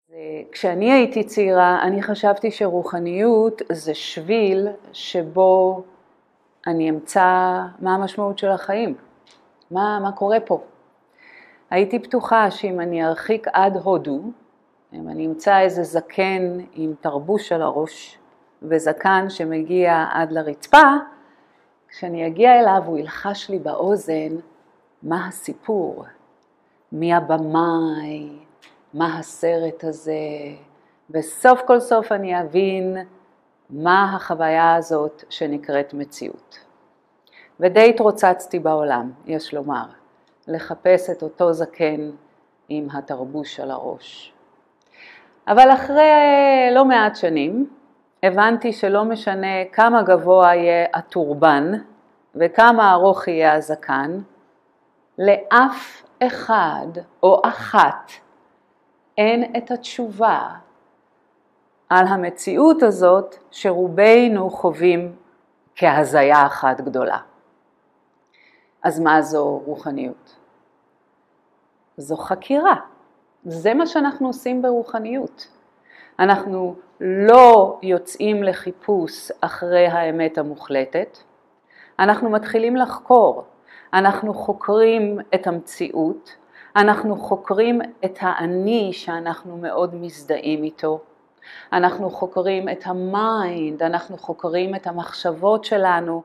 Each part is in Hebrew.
כשאני הייתי צעירה, אני חשבתי שרוחניות זה שביל שבו אני אמצא מה המשמעות של החיים, מה קורה פה. הייתי בטוחה שאם אני ארחיק עד הודו, אם אני אמצא איזה זקן עם תרבוש על הראש וזקן שמגיע עד לרצפה, כשאני אגיע אליו הוא ילחש לי באוזן מה הסיפור, מי הבמאי, מה הסרט הזה, וסוף כל סוף אני אבין מה החוויה הזאת שנקראת מציאות. ודי התרוצצתי בעולם, יש לומר, לחפש את אותו זקן עם התרבוש על הראש. אבל אחרי לא מעט שנים, הבנתי שלא משנה כמה גבוה יהיה הטורבן וכמה ארוך יהיה הזקן, לאף אחד או אחת אין את התשובה על המציאות הזאת שרובנו חווים כהזיה אחת גדולה. אז מה זו רוחניות? זו חקירה. זה מה שאנחנו עושים ברוחניות. אנחנו לא יוצאים לחיפוש אחרי האמת המוחלטת, אנחנו מתחילים לחקור, אנחנו חוקרים את המציאות, אנחנו חוקרים את האני שאנחנו מאוד מזדהים איתו, אנחנו חוקרים את המיינד, אנחנו חוקרים את המחשבות שלנו.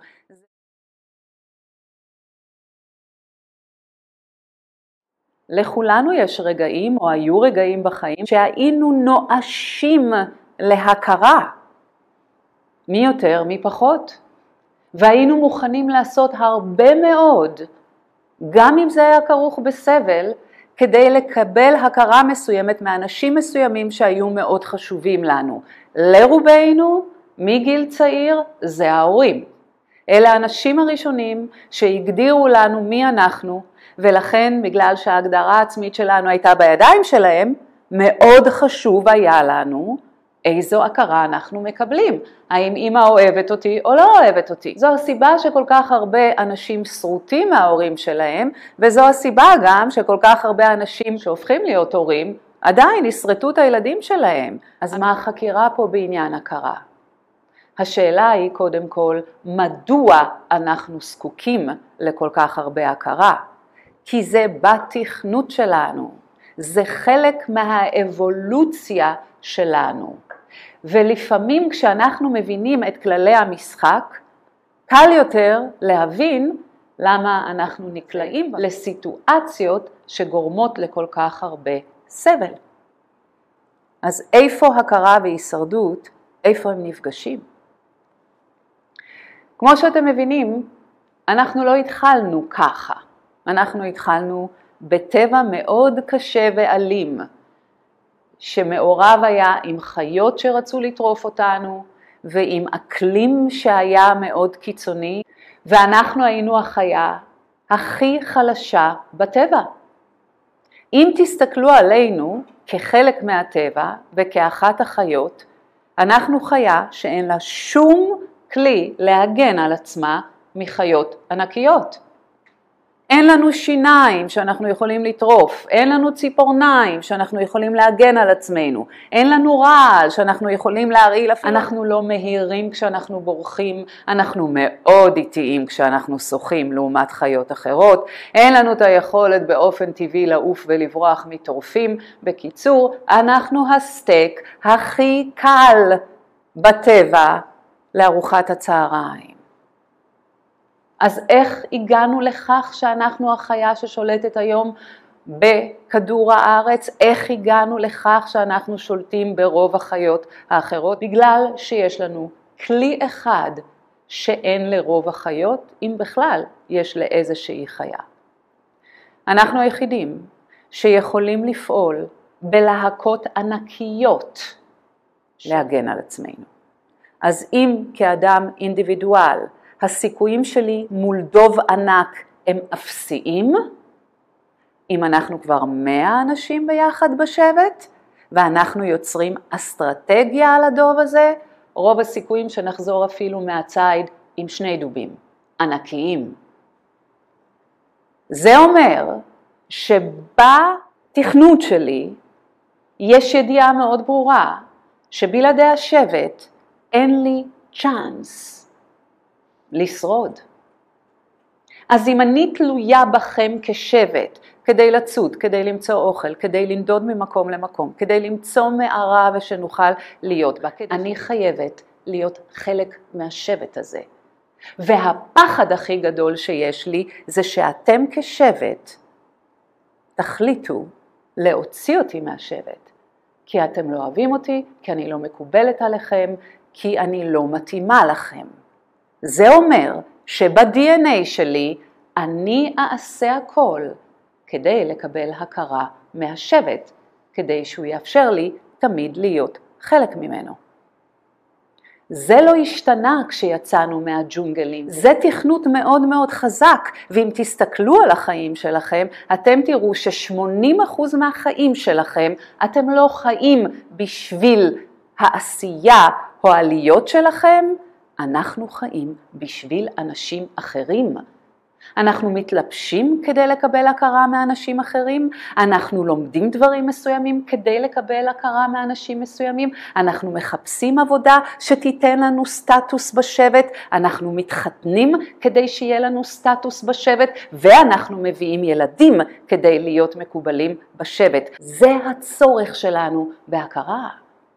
לכולנו יש רגעים או היו רגעים בחיים שהיינו נואשים להכרה, מי יותר מי פחות, והיינו מוכנים לעשות הרבה מאוד, גם אם זה היה כרוך בסבל, כדי לקבל הכרה מסוימת מאנשים מסוימים שהיו מאוד חשובים לנו. לרובנו, מגיל צעיר, זה ההורים. אלה האנשים הראשונים שהגדירו לנו מי אנחנו, ולכן בגלל שההגדרה העצמית שלנו הייתה בידיים שלהם, מאוד חשוב היה לנו איזו הכרה אנחנו מקבלים. האם אמא אוהבת אותי או לא אוהבת אותי. זו הסיבה שכל כך הרבה אנשים שרוטים מההורים שלהם, וזו הסיבה גם שכל כך הרבה אנשים שהופכים להיות הורים, עדיין ישרטו את הילדים שלהם. אז מה החקירה פה בעניין הכרה? השאלה היא קודם כל, מדוע אנחנו זקוקים לכל כך הרבה הכרה? כי זה בתכנות שלנו, זה חלק מהאבולוציה שלנו. ולפעמים כשאנחנו מבינים את כללי המשחק, קל יותר להבין למה אנחנו נקלעים לסיטואציות שגורמות לכל כך הרבה סבל. אז איפה הכרה והישרדות, איפה הם נפגשים? כמו שאתם מבינים, אנחנו לא התחלנו ככה. אנחנו התחלנו בטבע מאוד קשה ואלים, שמעורב היה עם חיות שרצו לטרוף אותנו, ועם אקלים שהיה מאוד קיצוני, ואנחנו היינו החיה הכי חלשה בטבע. אם תסתכלו עלינו כחלק מהטבע וכאחת החיות, אנחנו חיה שאין לה שום כלי להגן על עצמה מחיות ענקיות. אין לנו שיניים שאנחנו יכולים לטרוף, אין לנו ציפורניים שאנחנו יכולים להגן על עצמנו, אין לנו רעל שאנחנו יכולים להרעיל אפילו. אנחנו לא מהירים כשאנחנו בורחים, אנחנו מאוד איטיים כשאנחנו שוחים לעומת חיות אחרות, אין לנו את היכולת באופן טבעי לעוף ולברוח מטורפים. בקיצור, אנחנו הסטייק הכי קל בטבע לארוחת הצהריים. אז איך הגענו לכך שאנחנו החיה ששולטת היום בכדור הארץ? איך הגענו לכך שאנחנו שולטים ברוב החיות האחרות? בגלל שיש לנו כלי אחד שאין לרוב החיות, אם בכלל יש לאיזושהי חיה. אנחנו היחידים שיכולים לפעול בלהקות ענקיות להגן על עצמנו. אז אם כאדם אינדיבידואל, הסיכויים שלי מול דוב ענק הם אפסיים, אם אנחנו כבר 100 אנשים ביחד בשבט, ואנחנו יוצרים אסטרטגיה על הדוב הזה, רוב הסיכויים שנחזור אפילו מהציד עם 2 דובים ענקיים. זה אומר שבתכנות שלי יש ידיעה מאוד ברורה שבלעדי השבט אין לי צ'אנס לשרוד. אז אם אני תלויה בכם כשבט, כדי לצוד, כדי למצוא אוכל, כדי לנדוד ממקום למקום, כדי למצוא מערה ושנוכל להיות בה, אני חייבת להיות חלק מהשבט הזה. והפחד הכי גדול שיש לי זה שאתם כשבט תחליטו להוציא אותי מהשבט, כי אתם לא אוהבים אותי, כי אני לא מקובלת עליכם, כי אני לא מתאימה לכם. זה אומר שב-DNA שלי אני אעשה הכל כדי לקבל הכרה מהשבט, כדי שהוא יאפשר לי תמיד להיות חלק ממנו. זה לא השתנה כשיצאנו מהג'ונגלים, זה תכנות מאוד מאוד חזק, ואם תסתכלו על החיים שלכם, אתם תראו ש80% מהחיים שלכם, אתם לא חיים בשביל העשייה או העליות שלכם, אנחנו חיים בשביל אנשים אחרים. אנחנו מתלבשים כדי לקבל הכרה מאנשים אחרים, אנחנו לומדים דברים מסוימים כדי לקבל הכרה מאנשים מסוימים, אנחנו מחפשים עבודה שתיתן לנו סטטוס בשבט, אנחנו מתחתנים כדי שיהיה לנו סטטוס בשבט, ואנחנו מביאים ילדים כדי להיות מקובלים בשבט. זה הצורך שלנו בהכרה.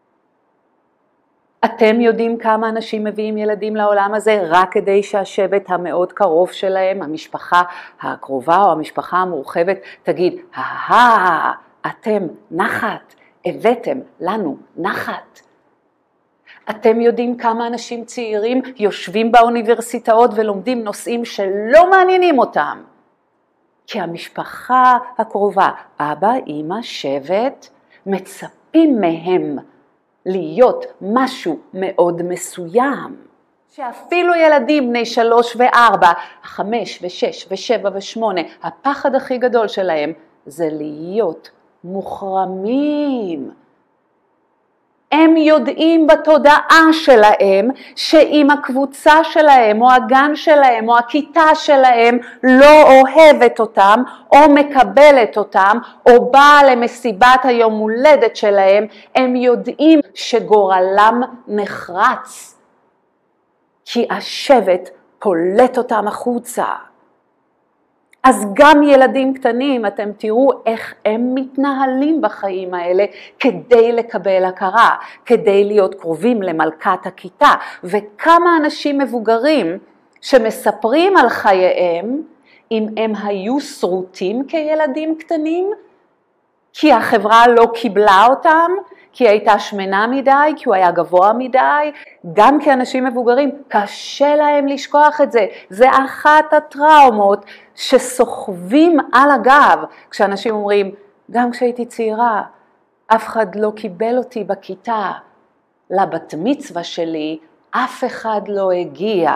אתם יודעים כמה אנשים מביאים ילדים לעולם הזה רק כדי שהשבט המאוד קרוב שלהם, המשפחה הקרובה או המשפחה המורחבת, תגיד, אתם נחת, הבאתם לנו נחת. אתם יודעים כמה אנשים צעירים יושבים באוניברסיטאות ולומדים נושאים שלא מעניינים אותם. כי המשפחה הקרובה, אבא, אמא, שבט, מצפים מהם להיות משהו מאוד מסוים. שאפילו ילדים בני 3 ו4, 5 ו6 ו7 ו8, הפחד הכי גדול שלהם זה להיות מוחרמים. הם יודעים בתודעה שלהם שאם הקבוצה שלהם או הגן שלהם או הכיתה שלהם לא אוהבת אותם או מקבלת אותם או באה למסיבת היום הולדת שלהם, הם יודעים שגורלם נחרץ כי השבט פולט אותם החוצה. אז גם ילדים קטנים, אתם תראו איך הם מתנהלים בחיים האלה כדי לקבל הכרה, כדי להיות קרובים למלכת הכיתה. וכמה אנשים מבוגרים שמספרים על חייהם, אם הם היו שרוטים כילדים קטנים, כי החברה לא קיבלה אותם, כי היא הייתה שמנה מדי, כי הוא היה גבוה מדי, גם כאנשים מבוגרים, קשה להם לשכוח את זה. זה אחת הטראומות שסוחבים על הגב, כשאנשים אומרים, גם כשהייתי צעירה, אף אחד לא קיבל אותי בכיתה, לבת מצווה שלי, אף אחד לא הגיע.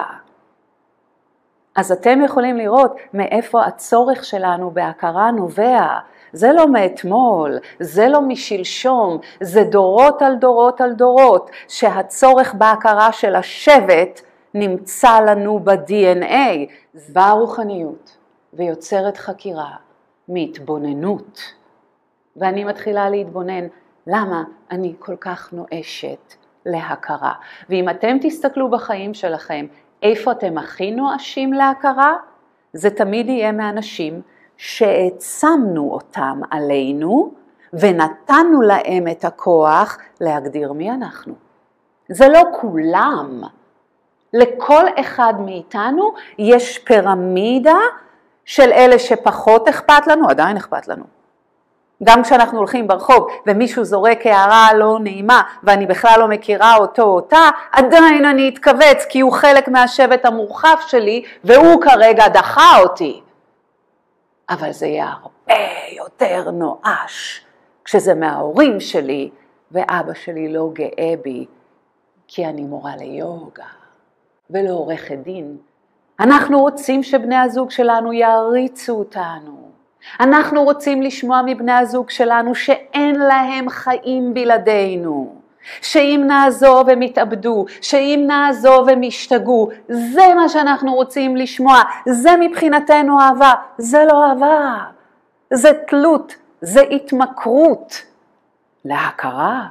אז אתם יכולים לראות מאיפה הצורך שלנו בהכרה נובע. זה לא מאתמול, זה לא משלשום, זה דורות על דורות על דורות, שהצורך בהכרה של השבט נמצא לנו ב-DNA. באה רוחניות ויוצרת חקירה מהתבוננות. ואני מתחילה להתבונן, למה אני כל כך נואשת להכרה? ואם אתם תסתכלו בחיים שלכם, איפה אתם הכי נואשים להכרה? זה תמיד יהיה מאנשים שהעצמנו אותם עלינו ונתנו להם את הכוח להגדיר מי אנחנו. זה לא כולם. לכל אחד מאיתנו יש פירמידה של אלה שפחות אכפת לנו, עדיין אכפת לנו. גם כשאנחנו הולכים ברחוב ומישהו זורק הערה לא נעימה ואני בכלל לא מכירה אותו או אותה, עדיין אני אתכווץ כי הוא חלק מהשבט המורחב שלי והוא כרגע דחה אותי. אבל זה יהיה הרבה יותר נואש כשזה מההורים שלי ואבא שלי לא גאה בי כי אני מורה ליוגה ולא עורכת דין. אנחנו רוצים שבני הזוג שלנו יעריצו אותנו. אנחנו רוצים לשמוע מבני הזוג שלנו שאין להם חיים בלעדינו. שאם נעזוב הם יתאבדו, שאם נעזוב הם ישתגעו. זה מה שאנחנו רוצים לשמוע. זה מבחינתנו אהבה. זה לא אהבה. זה תלות. זה התמכרות. להכרה.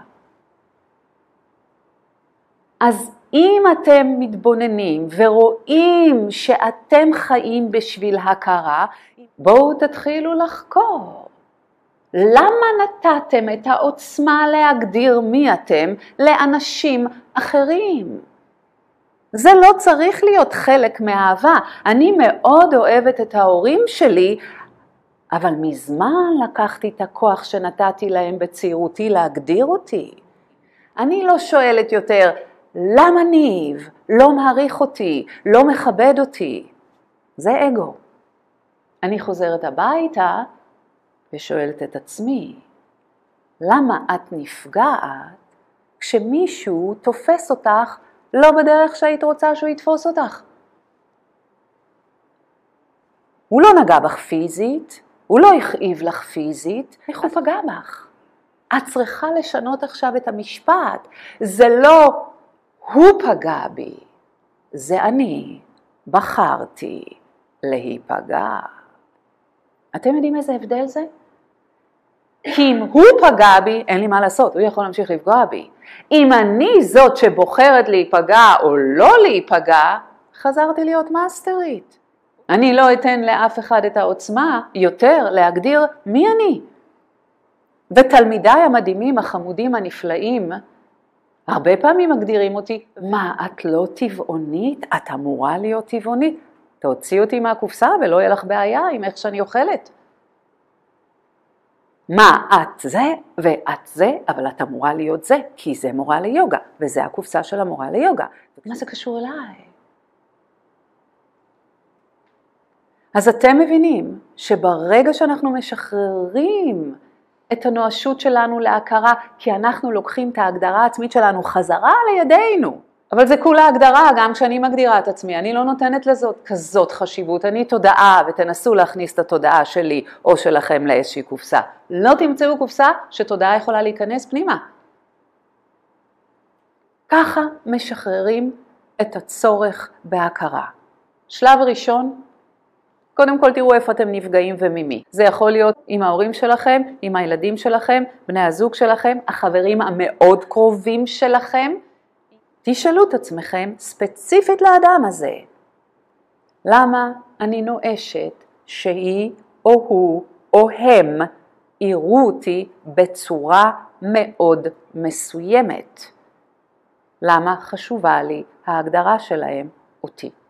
אז אם אתם מתבוננים ורואים שאתם חיים בשביל הכרה, בואו תתחילו לחקור. למה נתתם את העוצמה להגדיר מי אתם לאנשים אחרים? זה לא צריך להיות חלק מהאהבה. אני מאוד אוהבת את ההורים שלי, אבל מזמן לקחתי את הכוח שנתתי להם בצעירותי להגדיר אותי. אני לא שואלת יותר, למה ניב לא מעריך אותי, לא מכבד אותי? זה אגו. אני חוזרת הביתה ושואלת את עצמי, למה את נפגעת כשמישהו תופס אותך לא בדרך שהיית רוצה שהוא יתפוס אותך? הוא לא נגע בך פיזית, הוא לא הכאיב לך פיזית, איך הוא פגע בך? את צריכה לשנות עכשיו את המשפט. זה לא הוא פגע בי, זה אני בחרתי להיפגע. אתם יודעים איזה הבדל זה? כי אם הוא פגע בי, אין לי מה לעשות, הוא יכול להמשיך לפגוע בי. אם אני זאת שבוחרת להיפגע או לא להיפגע, חזרתי להיות מאסטרית. אני לא אתן לאף אחד את העוצמה יותר להגדיר מי אני. ותלמידיי המדהימים, החמודים, הנפלאים, הרבה פעמים מגדירים אותי, מה, את לא טבעונית? את אמורה להיות טבעונית? תוציא אותי מהקופסה ולא יהיה לך בעיה עם איך שאני אוכלת. מה, את זה ואת זה, אבל את אמורה להיות זה, כי זה מורה ליוגה, וזה הקופסה של המורה ליוגה. מה זה קשור אליי? אז אתם מבינים שברגע שאנחנו משחררים את הנואשות שלנו להכרה, כי אנחנו לוקחים את ההגדרה העצמית שלנו חזרה לידינו. אבל זה כולה הגדרה, גם כשאני מגדירה את עצמי, אני לא נותנת לזאת כזאת חשיבות, אני תודעה, ותנסו להכניס את התודעה שלי או שלכם לאיזושהי קופסה. לא תמצאו קופסה שתודעה יכולה להיכנס פנימה. ככה משחררים את הצורך בהכרה. שלב ראשון, קודם כל תראו איפה אתם נפגעים וממי. זה יכול להיות עם ההורים שלכם, עם הילדים שלכם, בני הזוג שלכם, החברים המאוד קרובים שלכם. תשאלו את עצמכם ספציפית לאדם הזה. למה אני נואשת שהיא או הוא או הם יראו אותי בצורה מאוד מסוימת? למה חשובה לי ההגדרה שלהם אותי?